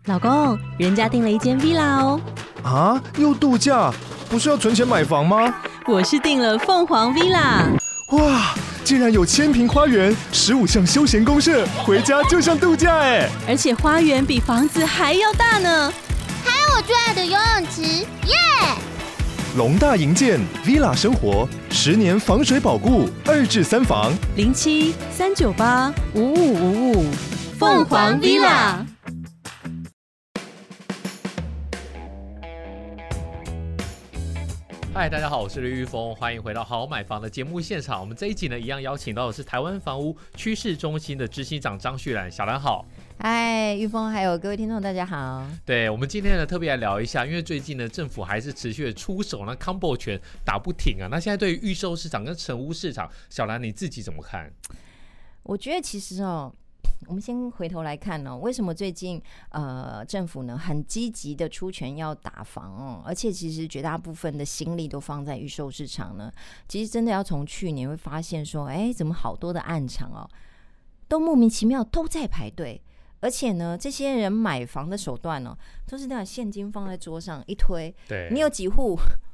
老公，人家订了一间 villa 哦。 啊，又度假？不是要存钱买房吗？ 我是订了凤凰 villa。 哇，竟然有1000坪花园，15项休闲公设，回家就像度假哎！ 而且花园比房子还要大呢。 还有我最爱的游泳池，耶！ 龙大营建 villa 生活，10年防水保固，2至3房 07-398-5555，凤凰 villa。 嗨，大家好，我是刘玉峰，欢迎回到好买房的节目现场。我们这一集呢，一样邀请到的是台湾房屋趋势中心的执行长张旭兰，小兰好。 嗨，玉峰，还有各位听众，大家好。 对，我们今天呢特别来聊一下，因为最近呢政府还是持续的出手，那 combo 权打不停啊。那现在对于预售市场跟成屋市场，小兰你自己怎么看？ 我觉得其实我们先回头来看为什么最近政府呢很积极的出拳要打房而且其实绝大部分的心力都放在预售市场呢？其实真的要从去年会发现说，怎么好多的案场都莫名其妙都在排队。而且呢，这些人买房的手段都是那种现金放在桌上一推， 对， 你有几户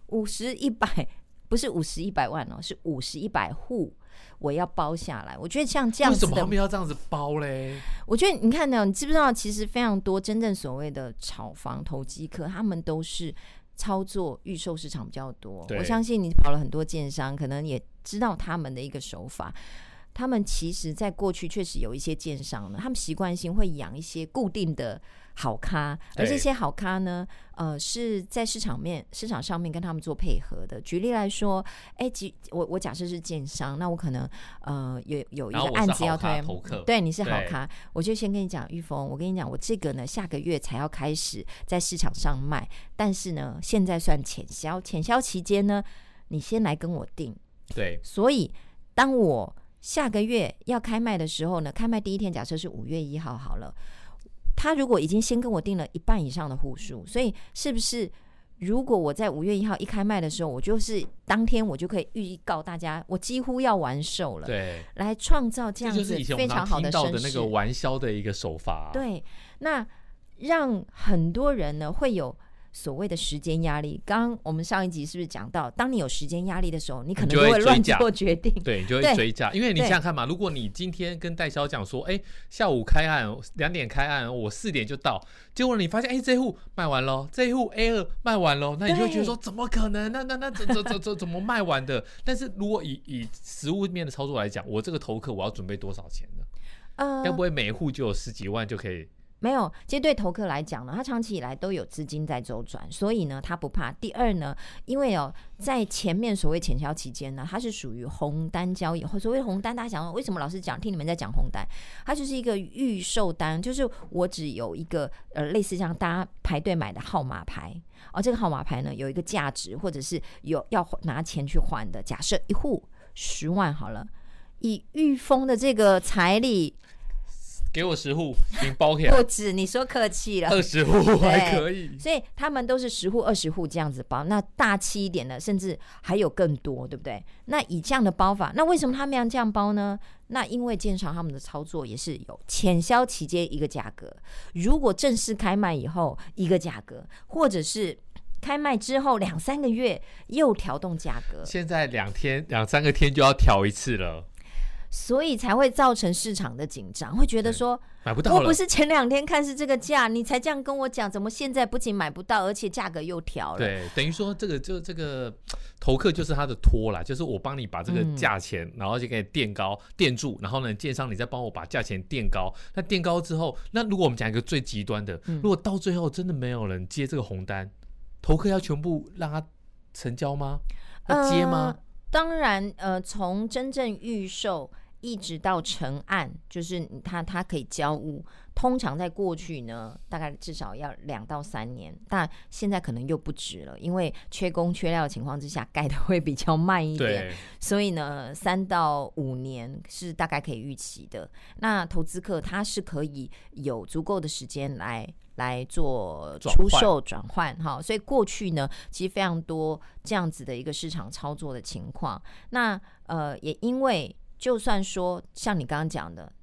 50、100，不是50、100万是50、100户，我要包下来。我觉得像这样子的， 为什么他们要这样子包嘞？ 我觉得你看你知不知道，其实非常多真正所谓的炒房投机客，他们都是操作预售市场比较多。我相信你跑了很多建商，可能也知道他们的一个手法。他们其实在过去确实有一些建商呢，他们习惯性会养一些固定的好咖，而这些好咖呢是在市场上面跟他们做配合的。举例来说，我假设是建商，那我可能有一个案子要推，对，你是好咖，我就先跟你讲，玉峰，我跟你讲，我这个呢下个月才要开始在市场上卖，但是呢现在算潜销期间呢，你先来跟我订。 对， 所以当我下个月要开卖的时候呢，开卖第一天假设是5月1号好了，他如果已经先跟我订了1半以上的户数，所以是不是如果我在5月1号一开卖的时候，我就是当天我就可以预告大家，我几乎要完售了， 对， 来创造这样子非常好的声势， 这就是以前我们听到的那个玩销的一个手法对，那让很多人呢会有所谓的时间压力。刚刚我们上一集是不是讲到，当你有时间压力的时候，你可能就会乱做决定， 对，你就会追价。因为你想想看嘛，如果你今天跟代销讲说，下午开案2点开案，我4点就到，结果你发现这户卖完了，这一户 A2 卖完了，那你就会觉得说怎么可能？那怎么卖完的？但是如果以实物面的操作来讲，我这个投客我要准备多少钱呢？该不会每一户就有10几万就可以？ 没有，其实对投客来讲呢，他长期以来都有资金在周转，所以呢他不怕。第二呢，因为在前面所谓潜销期间呢，它是属于红单交易。所谓红单，大家想为什么老是听你们在讲红单？它就是一个预售单，就是我只有一个类似像大家排队买的号码牌这个号码牌呢有一个价值，或者是要拿钱去换的。假设一户10万好了，以裕丰的这个财力。 给我10户，你包起来。 不止，你说客气了 ，20户还可以。 所以他们都是10户、20户这样子包。那大气一点的，甚至还有更多，对不对？那以这样的包法，那为什么他们要这样包呢？那因为建商他们的操作也是有潜销期间一个价格，如果正式开卖以后一个价格，或者是开卖之后2、3个月又调动价格。 现在2、3个天就要调一次了。 所以才会造成市场的紧张，会觉得说买不到了。 我不是前2天看是这个价，你才这样跟我讲，怎么现在不仅买不到，而且价格又调了？ 对，等于说这个投客就是他的托啦，就是我帮你把这个价钱，然后就给你垫住，然后呢，建商你再帮我把价钱垫高。那垫高之后，那如果我们讲一个最极端的，如果到最后真的没有人接这个红单，投客要全部让他成交吗？要接吗？ 当然，从真正预售一直到成案，就是他可以交屋，通常在过去呢，大概至少要2到3年，但现在可能又不止了，因为缺工缺料的情况之下，盖的会比较慢一点，所以呢，3到5年是大概可以预期的。那投资客他是可以有足够的时间来做出售转换哈，所以过去呢，其实非常多这样子的一个市场操作的情况。那也因为就算说像你刚刚讲的，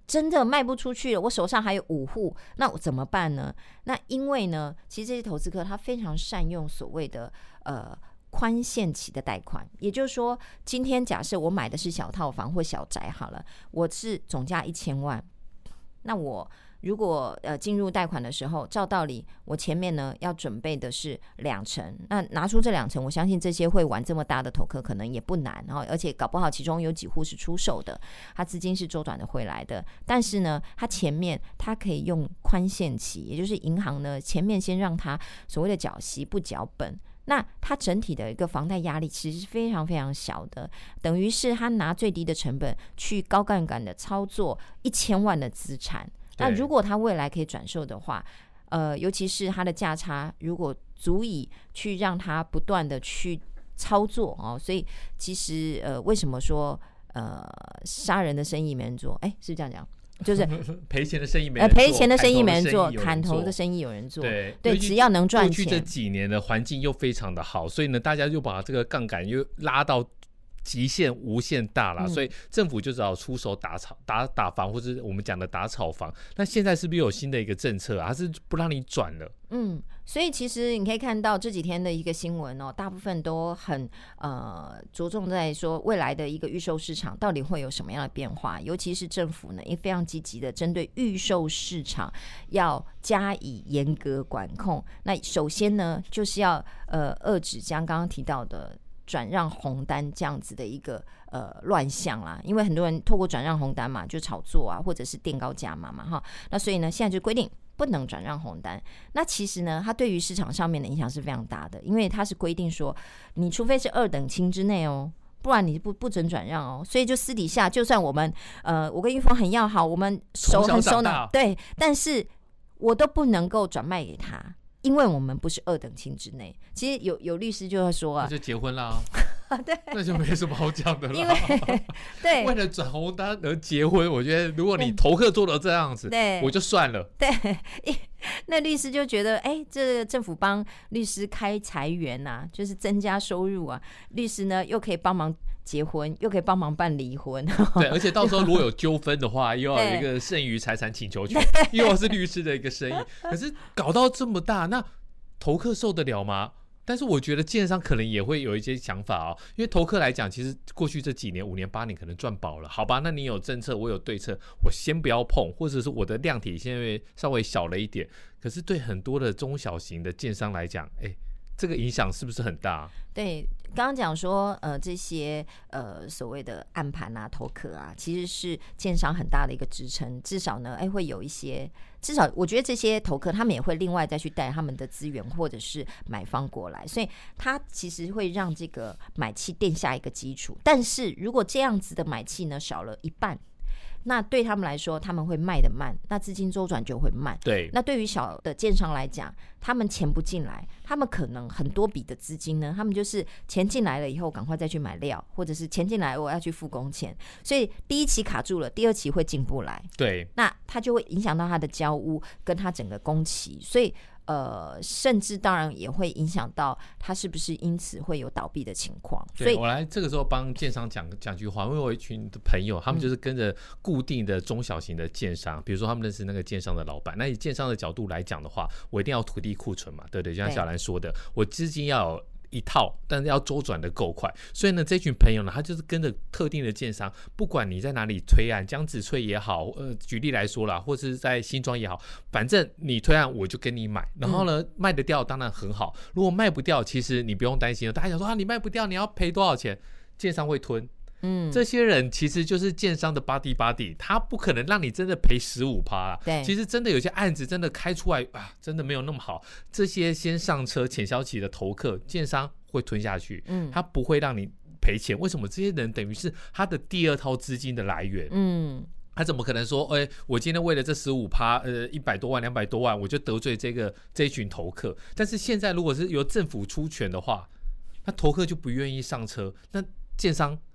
真的卖不出去了，我手上还有5户，那我怎么办呢？那因为呢，其实这些投资客他非常善用所谓的宽限期的贷款，也就是说，今天假设我买的是小套房或小宅好了，我是总价1000万，那我如果进入贷款的时候，照道理我前面呢要准备的是2成，那拿出这2成，我相信这些会玩这么大的投客可能也不难，然后而且搞不好其中有几户是出售的，他资金是周转的回来的，但是呢，他前面他可以用宽限期，也就是银行呢前面先让他所谓的缴息不缴本。那他整体的一个房贷压力其实是非常非常小的，等于是他拿最低的成本去高杠杆的操作1000万的资产。那如果他未来可以转售的话，尤其是他的价差如果足以去让他不断的去操作哦，所以其实为什么说杀人的生意没人做？是不是这样讲？就是赔钱的生意没人做， 赔钱的生意没人做，砍头的生意有人做。对，只要能赚钱。 过去这几年的环境又非常的好，所以呢，大家就把这个杠杆又拉到极限无限大了，所以政府就只好出手打房，或者我们讲的打炒房。那现在是不是有新的一个政策啊？还是不让你转了？ 所以其实你可以看到这几天的一个新闻哦，大部分都很着重在说未来的一个预售市场到底会有什么样的变化，尤其是政府呢也非常积极的针对预售市场要加以严格管控。那首先呢，就是要遏制像刚刚提到的转让红单这样子的一个乱象啦，因为很多人透过转让红单嘛，就炒作啊，或者是垫高价嘛哈。那所以呢，现在就规定不能转让红单。那其实呢，它对于市场上面的影响是非常大的，因为它是规定说，你除非是2等亲之内哦，不然你不准转让哦。所以就私底下，就算我们我跟玉峰很要好，我们很熟呢，对，但是我都不能够转卖给他。因为我们不是2等亲之内，其实有律师就会说那就结婚啦， 对， 那就没什么好讲的了。 因为对， 为了转红单而结婚，我觉得如果你投客做到这样子， 对， 我就算了。 对，那律师就觉得，这个政府帮律师开财源啊，就是增加收入啊，律师呢又可以帮忙结婚，又可以帮忙办离婚。 对，而且到时候如果有纠纷的话，又要有一个剩余财产请求权，又要是律师的一个生意。可是搞到这么大，那投客受得了吗？但是我觉得建商可能也会有一些想法哦，因为投客来讲，其实过去这几年5年8年可能赚饱了，好吧？那你有政策，我有对策，我先不要碰，或者是我的量体现在稍微小了一点。可是对很多的中小型的建商来讲，这个影响是不是很大？ 对，刚刚讲说这些所谓的暗盘啊、投客啊，其实是建商很大的一个支撑。至少呢，会有一些，至少我觉得这些投客他们也会另外再去带他们的资源或者是买方过来，所以他其实会让这个买气垫下一个基础。但是如果这样子的买气呢少了一半，那对他们来说，他们会卖得慢，那资金周转就会慢。 对， 那对于小的建商来讲，他们钱不进来，他们可能很多笔的资金呢，他们就是钱进来了以后，赶快再去买料，或者是钱进来我要去付工钱，所以第一期卡住了，第2期会进不来。 对， 那它就会影响到他的交屋跟他整个工期，所以甚至当然也会影响到他是不是因此会有倒闭的情况。所以我来这个时候帮建商讲句话，因为我有一群的朋友，他们就是跟着固定的中小型的建商，比如说他们认识那个建商的老板，那以建商的角度来讲的话，我一定要土地库存嘛，对不对？就像小兰说的，我资金要有一套，但是要周转的够快。所以呢，这群朋友呢，他就是跟着特定的建商，不管你在哪里推案，江子翠也好，举例来说啦，或是在新庄也好，反正你推案我就跟你买，然后呢，卖得掉当然很好。如果卖不掉，其实你不用担心了。大家想说你卖不掉，你要赔多少钱？建商会吞。这些人其实就是建商的 body， 他不可能让你真的赔15%啦。 对， 其实真的有些案子真的开出来真的没有那么好。这些先上车潜销期的投客，建商会吞下去，他不会让你赔钱。为什么？这些人等于是他的第2套资金的来源。他怎么可能说，我今天为了这15%，100多万、200多万，我就得罪这一群投客？但是现在如果是由政府出权的话，那投客就不愿意上车，那建商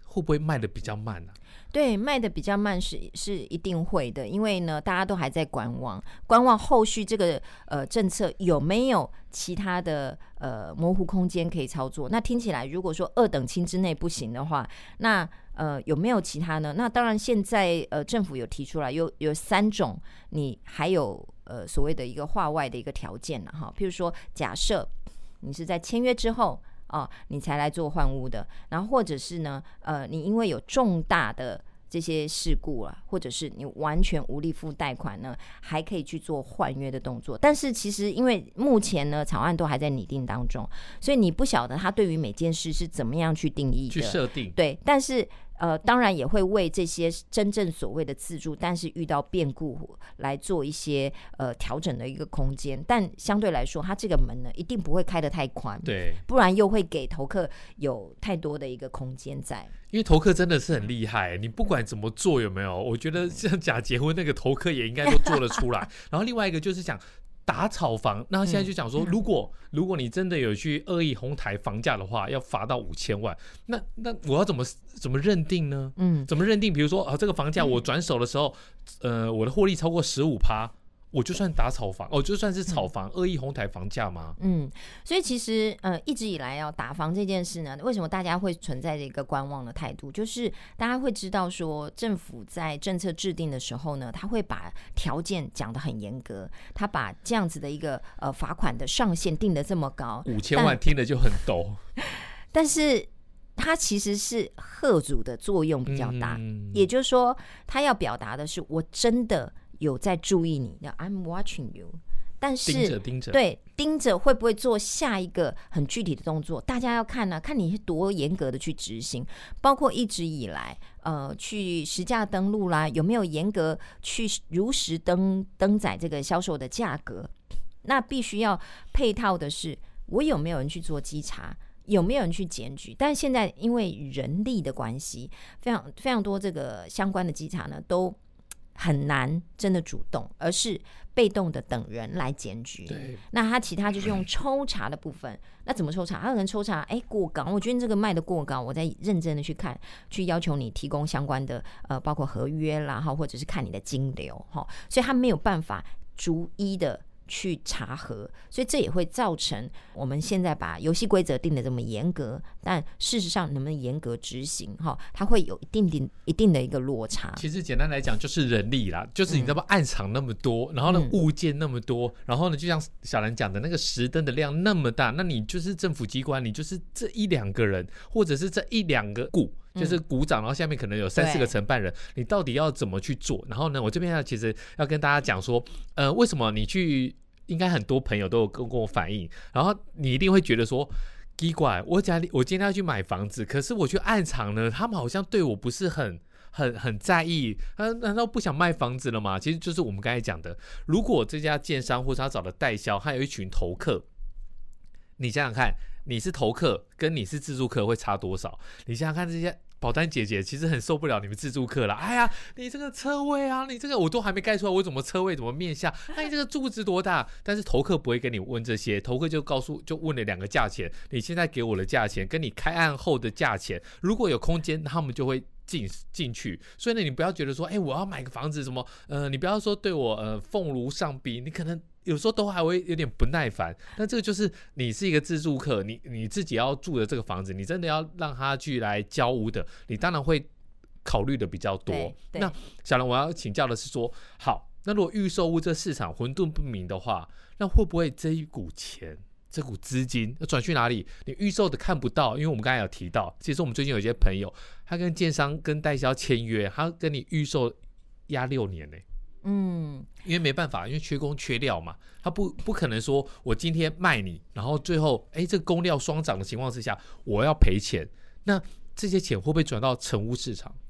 会不会卖的比较慢啊？ 对，卖的比较慢是一定会的，因为呢，大家都还在观望后续这个政策有没有其他的模糊空间可以操作。那听起来，如果说2等亲之内不行的话，那有没有其他呢？那当然，现在政府有提出来，有3种，你还有所谓的一个划外的一个条件了哈。譬如说，假设你是在签约之后。你才来做换屋的，然后或者是呢，你因为有重大的这些事故啊，或者是你完全无力付贷款呢，还可以去做换约的动作。但是其实因为目前呢草案都还在拟定当中，所以你不晓得他对于每件事是怎么样去定义的、 去设定。 对，但是当然也会为这些真正所谓的自住，但是遇到变故来做一些调整的一个空间。但相对来说，它这个门呢，一定不会开得太宽， 对， 不然又会给投客有太多的一个空间在。 因为投客真的是很厉害，你不管怎么做，有没有？我觉得像假结婚那个投客也应该都做得出来。然后另外一个就是讲打炒房，那现在就讲说，如果你真的有去恶意哄抬房价的话，要罚到5000万。那我要怎么认定呢？怎么认定？比如说这个房价我转手的时候，我的获利超过15%。我就算打炒房，就算是炒房，恶意哄抬房价吗？ 所以其实一直以来打房这件事呢，为什么大家会存在一个观望的态度？就是大家会知道说，政府在政策制定的时候呢，他会把条件讲得很严格，他把这样子的一个罚款的上限定得这么高 ，5000万听了就很抖，但是它其实是嚇阻的作用比较大，也就是说，他要表达的是我真的有在注意你 ，I'm watching you， 但是盯着， 对，盯着会不会做下一个很具体的动作？大家要看看你多严格的去执行，包括一直以来，去实价登录啦，有没有严格去如实登载这个销售的价格？那必须要配套的是，我有没有人去做稽查？有没有人去检举？但现在因为人力的关系，非常非常多这个相关的稽查呢，都很难真的主动，而是被动的等人来检举。那他其他就是用抽查的部分。那怎么抽查？他可能抽查，过高，我觉得这个卖的过高，我再认真的去看，去要求你提供相关的包括合约啦，或者是看你的金流，所以他没有办法逐一的去查核，所以这也会造成我们现在把游戏规则定得这么严格，但事实上能不能严格执行，它会有一定的一个落差。 其实简单来讲就是人力啦，就是你知道吗？暗场那么多，然后呢物件那么多，然后呢就像小兰讲的那个实登的量那么大，那你就是政府机关，你就是这1-2个人，或者是这1-2个股。就是股长，然后下面可能有3-4个承办人，你到底要怎么去做？然后呢，我这边其实要跟大家讲说，为什么你去，应该很多朋友都有跟我反映，然后你一定会觉得说，奇怪，我今天要去买房子，可是我去暗场呢，他们好像对我不是很在意，难道不想卖房子了吗？其实就是我们刚才讲的，如果这家建商或者他找的代销，还有一群投客，你想想看，你是投客跟你是自住客会差多少？你想想看这些保单姐姐其实很受不了你们自住客啦。哎呀，你这个车位啊，你这个我都还没盖出来，我怎么车位怎么面向？你这个柱子多大？但是投客不会跟你问这些，投客就问了2个价钱，你现在给我的价钱跟你开案后的价钱，如果有空间，他们就会进去。所以呢，你不要觉得说，我要买个房子什么，你不要说对我奉如上宾，你可能有时候都还会有点不耐烦。但这个就是你是一个自住客，你自己要住的这个房子，你真的要让他去来交屋的，你当然会考虑的比较多。那小兰，我要请教的是说，好，那如果预售屋这市场混沌不明的话，那会不会这一股钱？这股资金要转去哪里？你预售的看不到，因为我们刚才有提到，其实我们最近有一些朋友，他跟建商跟代销签约，他跟你预售压6年呢。因为没办法，因为缺工缺料嘛，他不可能说我今天卖你，然后最后这个工料双涨的情况之下，我要赔钱，那这些钱会不会转到成屋市场？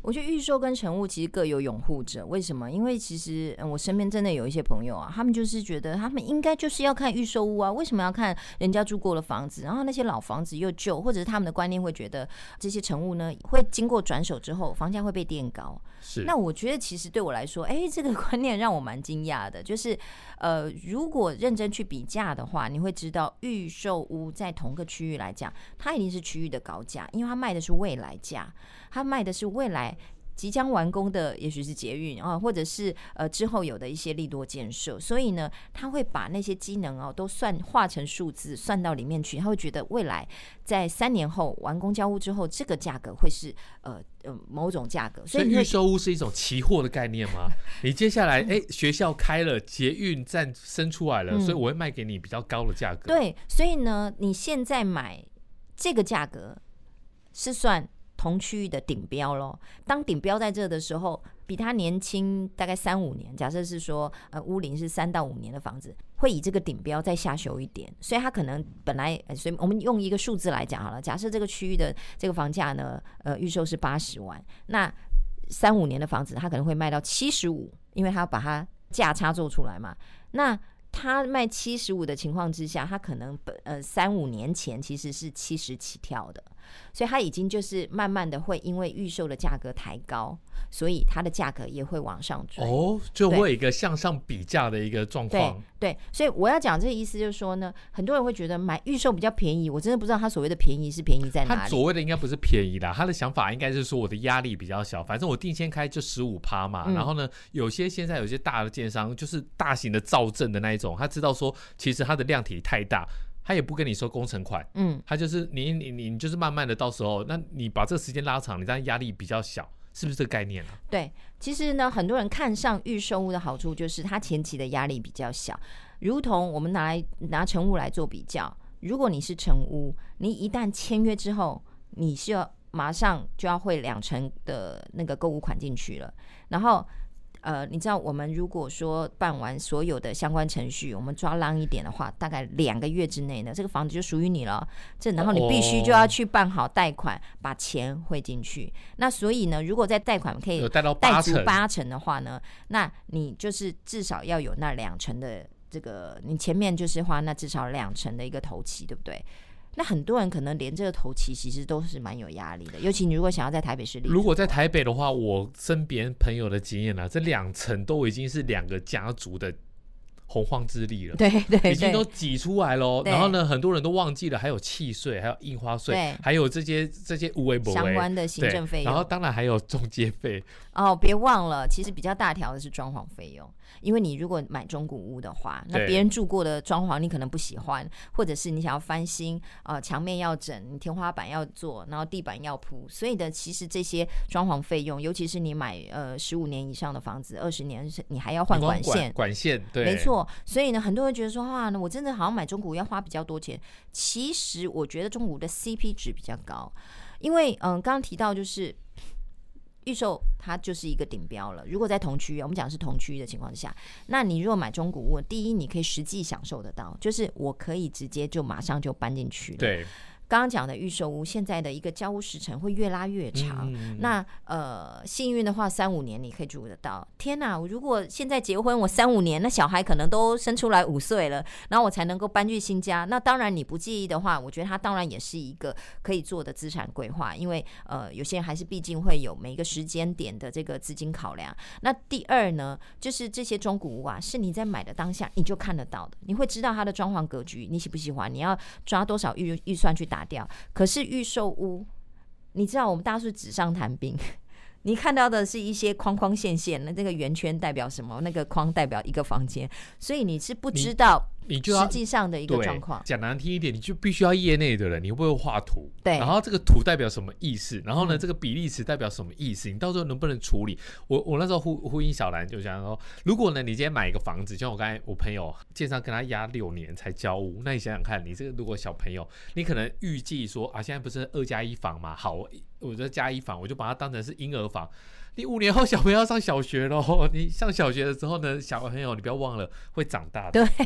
我觉得预售跟成屋其实各有拥护者，为什么？因为其实我身边真的有一些朋友啊，他们就是觉得他们应该就是要看预售屋啊，为什么要看人家住过的房子？然后那些老房子又旧，或者是他们的观念会觉得这些成屋呢会经过转手之后，房价会被垫高。 是， 那我觉得其实对我来说，这个观念让我蛮惊讶的，就是如果认真去比价的话，你会知道预售屋在同个区域来讲，它一定是区域的高价，因为它卖的是未来价，它卖的是未来即将完工的，也许是捷运啊，或者是之后有的一些利多建设，所以呢，他会把那些机能都化成数字算到里面去，他会觉得未来在3年后完工交屋之后，这个价格会是某种价格。 所以预售屋是一种期货的概念吗？你接下来学校开了，捷运站生出来了，所以我会卖给你比较高的价格。 对，所以呢，你现在买这个价格是算同区域的顶标咯。当顶标在这的时候，比他年轻大概3-5年，假设是说屋龄是3到5年的房子，会以这个顶标再下修一点，所以他可能本来所以我们用一个数字来讲好了，假设这个区域的这个房价呢预售是80万，那3-5年的房子他可能会卖到75，因为他把它价差做出来嘛。那他卖75的情况之下，他可能3-5年前其实是70起跳的，所以他已经就是慢慢的会因为预售的价格抬高，所以它的价格也会往上追。 就会有一个向上比价的一个状况。 对，所以我要讲这个意思就是说呢，很多人会觉得买预售比较便宜，我真的不知道他所谓的便宜是便宜在哪里。 他所谓的应该不是便宜啦，他的想法应该是说我的压力比较小，反正我定先开就15%嘛，然后呢，现在有些大的建商就是大型的造镇的那一种，他知道说其实他的量体太大，他也不跟你收工程款，他就是你就是慢慢的，到时候那你把这个时间拉长，你当然压力比较小，是不是这个概念啊？ 对，其实呢，很多人看上预售屋的好处就是它前期的压力比较小，如同我们拿成屋来做比较，如果你是成屋，你一旦签约之后，你是要马上就要汇2成的那个购物款进去了，然后你知道我们如果说办完所有的相关程序，我们抓浪一点的话，大概2个月之内呢，这个房子就属于你了。然后你必须就要去办好贷款，把钱汇进去。那所以呢，如果在贷款可以贷足8成的话呢，那你就是至少要有那2成的这个，你前面就是花那至少2成的一个头期，对不对？那很多人可能连这个头期其实都是蛮有压力的，尤其你如果想要在台北市立， 如果在台北的话，我身边朋友的经验这2成都已经是2个家族的洪荒之力了， 对， 已经都挤出来了。然后呢，很多人都忘记了还有契税，还有印花税，还有这些无为不为相关的行政费用， 然后当然还有中介费。 别忘了，其实比较大条的是装潢费用，因为你如果买中古屋的话，那别人住过的装潢你可能不喜欢，或者是你想要翻新，墙面要整，你天花板要做，然后地板要铺，所以的其实这些装潢费用，尤其是你买15年以上的房子，20年你还要换管线， 对， 没错。所以呢，很多人觉得说我真的好像买中古屋要花比较多钱，其实我觉得中古屋的 CP 值比较高，因为刚刚提到就是预售它就是一个顶标了。如果在同区，我们讲是同区的情况下，那你如果买中古屋，第一你可以实际享受得到，就是我可以直接就马上就搬进去了。 对。 刚刚讲的预售屋，现在的一个交屋时程会越拉越长。那幸运的话，3-5年你可以住得到。天哪！如果现在结婚，我3-5年，那小孩可能都生出来5岁了，然后我才能够搬去新家。那当然，你不介意的话，我觉得它当然也是一个可以做的资产规划，因为有些人还是毕竟会有每一个时间点的这个资金考量。那第二呢，就是这些中古屋啊，是你在买的当下你就看得到的，你会知道它的装潢格局，你喜不喜欢，你要抓多少预算去打掉。可是预售屋，你知道我们大家是纸上谈兵，你看到的是一些框框线线，那这个圆圈代表什么，那个框代表一个房间，所以你是不知道你就要实际上的一个状况。 讲难听一点，你就必须要业内的人，你会不会画图？ 对， 然后这个图代表什么意思？然后呢，这个比例尺代表什么意思？你到时候能不能处理？我那时候呼应小兰就讲说，如果呢你今天买一个房子，就像我刚才我朋友建商跟他压6年才交屋，那你想想看，你这个如果小朋友，你可能预计说现在不是2+1房嘛，好，我就加1房，我就把它当成是婴儿房。你5年后小朋友要上小学咯，你上小学的时候呢，小朋友你不要忘了会长大的， 对， 会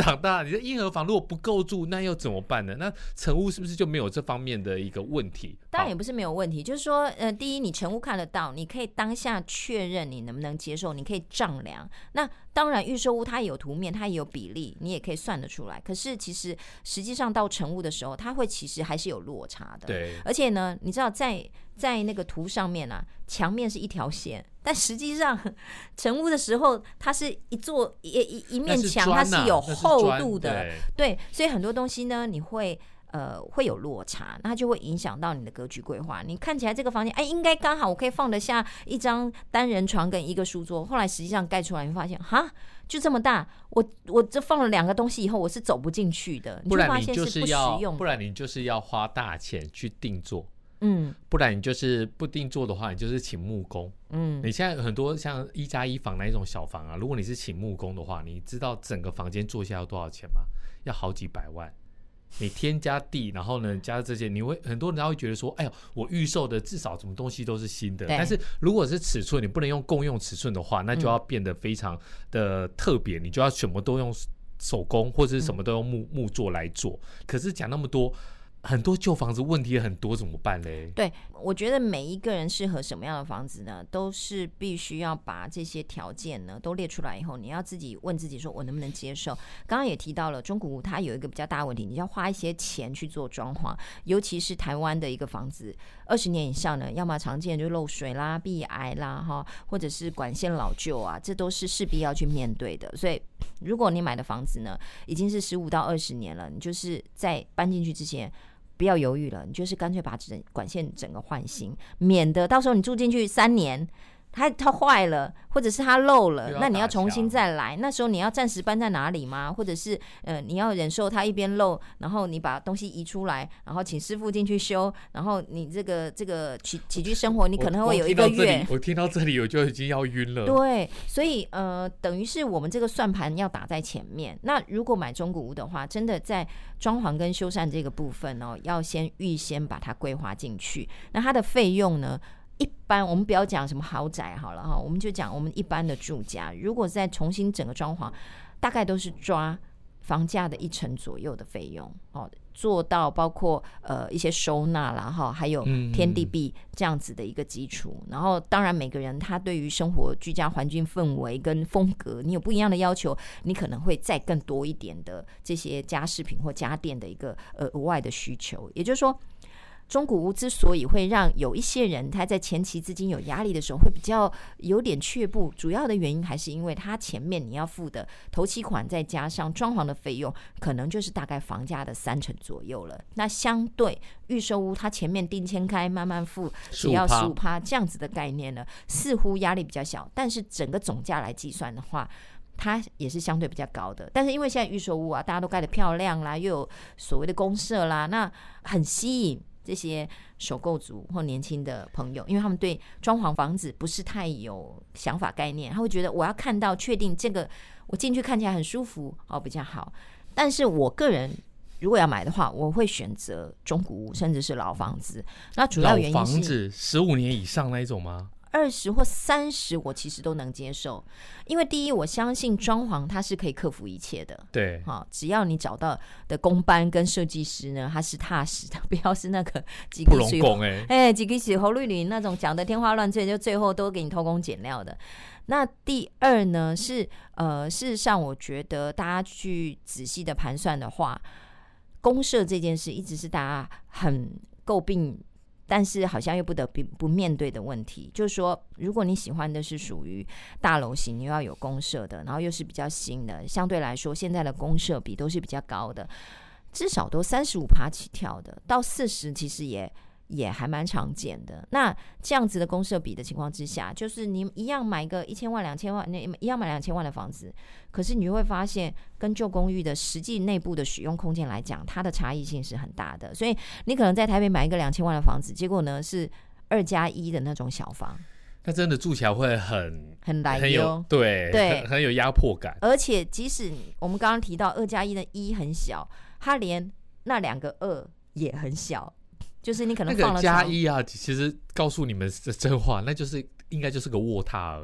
长大，你的婴儿房如果不够住，那又怎么办呢？那成屋是不是就没有这方面的一个问题？ 当然也不是没有问题，就是说，第一，你成屋看得到，你可以当下确认你能不能接受，你可以丈量。那当然，预售屋它也有图面，它也有比例，你也可以算得出来。可是其实实际上到成屋的时候，它会其实还是有落差的。 对， 而且呢，你知道在那个图上面啊，墙面是一条线，但实际上成屋的时候，它是一面墙，它是有厚度的。对，所以很多东西呢，你会有落差，那它就会影响到你的格局规划。你看起来这个房间，应该刚好我可以放得下一张单人床跟一个书桌，后来实际上盖出来，你会发现，哈，就这么大，我这放了2个东西以后，我是走不进去的，你就发现是不实用的。 不然你就是要花大钱去定做。 不然你就是不定做的话，你就是请木工。你现在很多像1+1房那一种小房啊，如果你是请木工的话，你知道整个房间做下要多少钱吗？要好几百万。你添加地，然后呢加这些，很多人会觉得说，哎呦，我预售的至少什么东西都是新的。但是如果是尺寸，你不能用共用尺寸的话，那就要变得非常的特别，你就要什么都用手工或者是什么都用木做来做。可是讲那么多。很多旧房子问题很多，怎么办嘞？ 对，我觉得每一个人适合什么样的房子呢，都是必须要把这些条件呢都列出来以后，你要自己问自己说，我能不能接受？刚刚也提到了，中古屋它有一个比较大的问题，你要花一些钱去做装潢，尤其是台湾的一个房子，20年以上呢，要么常见就漏水啦、壁癌啦，或者是管线老旧啊，这都是势必要去面对的。所以，如果你买的房子呢已经是15到20年了，你就是在搬进去之前。不要犹豫了，你就是干脆把管线整个换新，免得到时候你住进去3年，它坏了，或者是它漏了，那你要重新再来。那时候你要暂时搬在哪里吗？或者是你要忍受它一边漏，然后你把东西移出来，然后请师傅进去修，然后你这个起居生活，你可能会有1个月。 我听到这里我就已经要晕了。 对，所以等于是我们这个算盘要打在前面。那如果买中古屋的话，真的在装潢跟修缮这个部分要预先把它规划进去。那它的费用呢？一般我们不要讲什么豪宅好了哈，我们就讲我们一般的住家，如果再重新整个装潢，大概都是抓房价的1成左右的费用做到包括一些收纳啦还有天地壁这样子的一个基础。然后当然每个人他对于生活居家环境氛围跟风格，你有不一样的要求，你可能会再更多一点的这些家饰品或家电的一个额外的需求。也就是说，中古屋之所以会让有一些人他在前期资金有压力的时候会比较有点却步，主要的原因还是因为他前面你要付的头期款再加上装潢的费用，可能就是大概房价的3成左右了。那相对预售屋，它前面定签开慢慢付，只要15%这样子的概念呢，似乎压力比较小，但是整个总价来计算的话，它也是相对比较高的。但是因为现在预售屋啊，大家都盖得漂亮啦，又有所谓的公设啦，那很吸引这些首购族或年轻的朋友，因为他们对装潢房子不是太有想法概念，他会觉得我要看到确定这个我进去看起来很舒服比较好。但是我个人如果要买的话，我会选择中古屋甚至是老房子。那主要原因是老房子15年以上那一种吗 ？20或30我其实都能接受，因为第一，我相信装潢它是可以克服一切的。 对， 只要你找到的工班跟设计师呢，他是踏实的，不要是那个几个水几个水喉绿绿那种讲的天花乱坠，就最后都给你偷工减料的。那第二呢是事实上我觉得大家去仔细的盘算的话，公设这件事一直是大家很诟病，但是好像又不得不面对的问题，就是说如果你喜欢的是属于大楼型，你又要有公设的，然后又是比较新的，相对来说现在的公设比都是比较高的，至少都35%起跳的，到40%其实也还蛮常见的。那这样子的公设比的情况之下，就是你一样买个1000万2000万，一样买2000万的房子，可是你就会发现跟旧公寓的实际内部的使用空间来讲，它的差异性是很大的。所以你可能在台北买一个2000万的房子，结果呢是2+1的那种小房， 那真的住起来会很来有对很有压迫感。 而且即使我们刚刚提到2+1的1很小，它连那2个2也很小，就是你可能放了那个+1啊，其实告诉你们的真话，那就是应该就是个卧榻而已。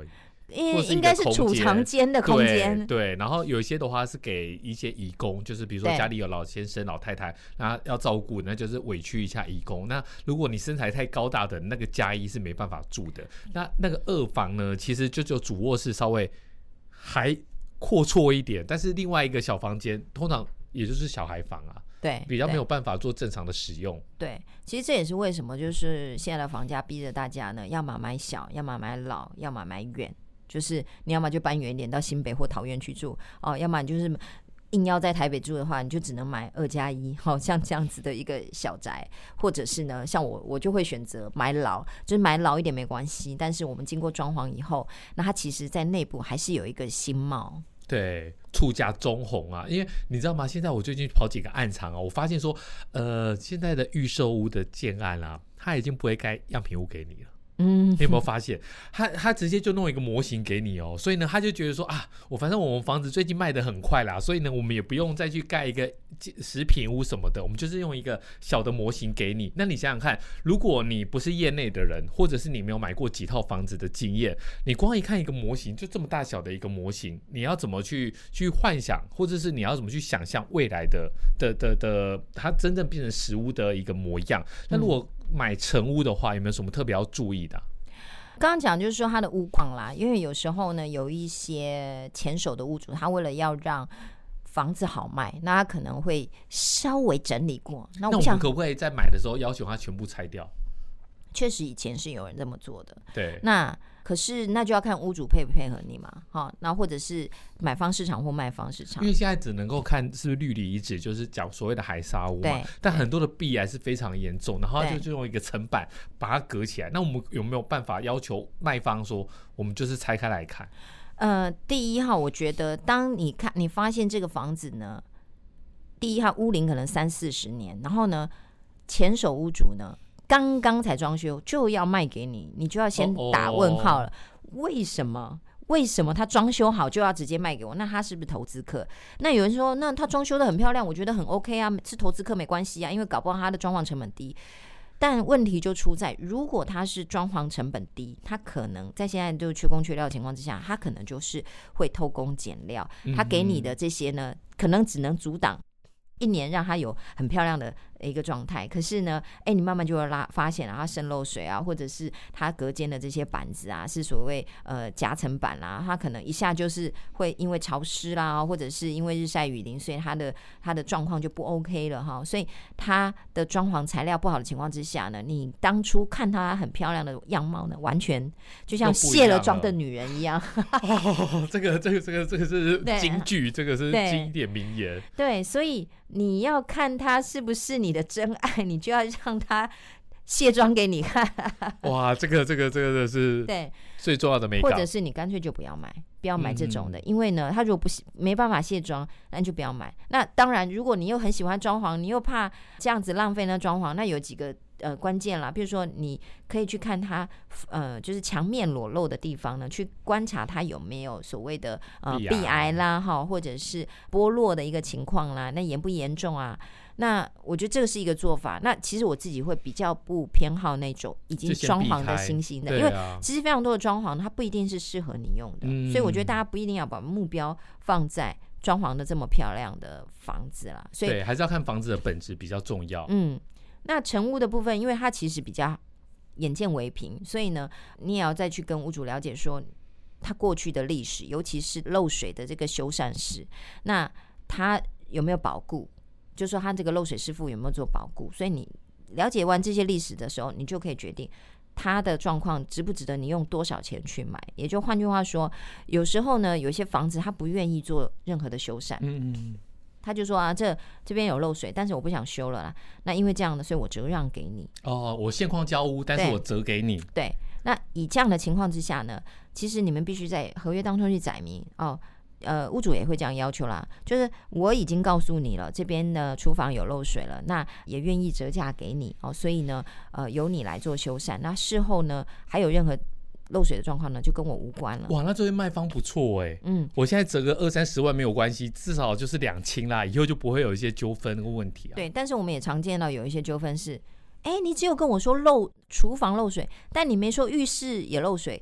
应该是储藏间的空间， 对。然后有一些的话是给一些移工，就是比如说家里有老先生、老太太，那要照顾，那就是委屈一下移工。那如果你身材太高大的，那个加一是没办法住的。那个2房呢，其实就只有主卧室稍微还阔绰一点，但是另外一个小房间通常也就是小孩房啊。 对， 比较没有办法做正常的使用。 对，其实这也是为什么就是现在的房价逼着大家呢，要么买小，要么买老，要么买远。就是你要么就搬远一点到新北或桃园去住哦，要么你就是硬要在台北住的话，你就只能买2+1，好像这样子的一个小宅，或者是呢，像我就会选择买老，就是买老一点没关系，但是我们经过装潢以后，那它其实在内部还是有一个新貌。 对，触价中红啊，因为你知道吗？现在我最近跑几个案场啊，我发现说，现在的预售屋的建案啊，它已经不会盖样品屋给你了。你有没有发现他直接就弄一个模型给你哦，所以呢他就觉得说啊，反正我们房子最近卖得很快啦，所以呢我们也不用再去盖一个食品屋什么的，我们就是用一个小的模型给你。那你想想看，如果你不是业内的人，或者是你没有买过几套房子的经验，你光一看一个模型就这么大小的一个模型，你要怎么去幻想，或者是你要怎么去想象未来的它真正变成实屋的一个模样。那如果买成屋的话，有没有什么特别要注意的？ 刚刚讲就是说它的屋况啦，因为有时候呢有一些前手的屋主，他为了要让房子好卖，那他可能会稍微整理过。那我们可不可以在买的时候要求他全部拆掉？ 确实以前是有人这么做的， 对。 那可是那就要看屋主配不配合你嘛，那或者是买方市场或卖方市场， 因为现在只能够看是不是氯离遗址，就是讲所谓的海砂屋嘛，但很多的壁癌是非常严重，然后就用一个层板把它隔起来。那我们有没有办法要求卖方说，我们就是拆开来看？ 第一号，我觉得当你发现这个房子呢，第一号屋龄可能30-40年，然后呢前手屋主呢刚刚才装修就要卖给你，你就要先打问号了。为什么他装修好就要直接卖给我？那他是不是投资客？那有人说，那他装修的很漂亮，我觉得很 OK 啊，是投资客没关系啊，因为搞不好他的装潢成本低。但问题就出在，如果他是装潢成本低，他可能在现在就缺工缺料的情况之下，他可能就是会偷工减料，他给你的这些呢，可能只能阻挡1年让它有很漂亮的一个状态，可是呢，你慢慢就会发现它渗漏水啊，或者是它隔间的这些板子啊，是所谓夹层板啦，它可能一下就是会因为潮湿啦，或者是因为日晒雨淋，所以它的状况就不 OK 了哈。所以它的装潢材料不好的情况之下呢，你当初看它很漂亮的样貌呢，完全就像卸了妆的女人一样。 这个是金句，这个是经典名言。 对，所以你要看它是不是你的真爱，你就要让他卸妆给你看。 哇，这个是对最重要的美感。 或者是你干脆就不要买这种的，因为呢，他如果没办法卸妆，那你就不要买。那当然，如果你又很喜欢装潢，你又怕这样子浪费那装潢，那有几个关键啦，比如说你可以去看它就是墙面裸露的地方呢，去观察它有没有所谓的壁癌啦，或者是剥落的一个情况啦，那严不严重啊？那我觉得这个是一个做法。那其实我自己会比较不偏好那种已经装潢的新型的，因为其实非常多的装潢它不一定是适合你用的，所以我觉得大家不一定要把目标放在装潢的这么漂亮的房子啦。所以对，还是要看房子的本质比较重要。 那成屋的部分，因为它其实比较眼见为凭，所以呢，你也要再去跟屋主了解说它过去的历史，尤其是漏水的这个修缮史，那它有没有保固？就是说它这个漏水师傅有没有做保固？所以你了解完这些历史的时候，你就可以决定它的状况值不值得你用多少钱去买。也就换句话说，有时候呢，有些房子它不愿意做任何的修缮，他就说啊，这边有漏水，但是我不想修了啦。那因为这样的，所以我折让给你。 我现况交屋，但是我折给你。 对，那以这样的情况之下呢，其实你们必须在合约当中去载明屋主也会这样要求啦，就是我已经告诉你了，这边呢厨房有漏水了，那也愿意折价给你所以呢由你来做修缮。那事后呢还有任何漏水的状况呢，就跟我无关了。 哇，那这位卖方不错哎。我现在折个20-30万没有关系，至少就是2清啦，以后就不会有一些纠纷跟问题啊。 对，但是我们也常见到有一些纠纷是，你只有跟我说厨房漏水，但你没说浴室也漏水。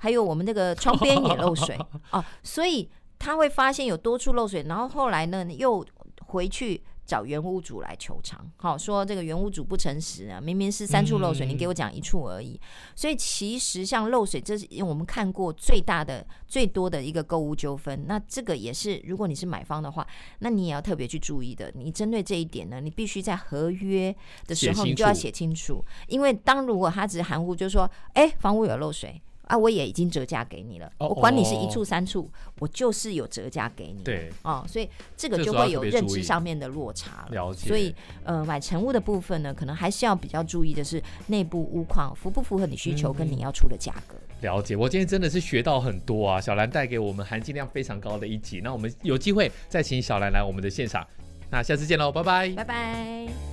还有我们这个窗边也漏水哦，所以他会发现有多处漏水，然后后来呢又回去找原屋主来求偿，好说这个原屋主不诚实啊，明明是3处漏水，你给我讲1处而已。所以其实像漏水，这是我们看过最多的一个购屋纠纷。那这个也是，如果你是买方的话，那你也要特别去注意的。你针对这一点呢，你必须在合约的时候你就要写清楚，因为如果他只是含糊，就是说，房屋有漏水。我也已经折价给你了，我管你是1处3处，我就是有折价给你。 对， 所以这个就会有认知上面的落差了。 了解。 所以买成屋的部分呢，可能还是要比较注意的是内部屋况符不符合你需求跟你要出的价格。 了解，我今天真的是学到很多啊！小兰带给我们含金量非常高的一集，那我们有机会再请小兰来我们的现场，那下次见喽，拜拜， 拜拜。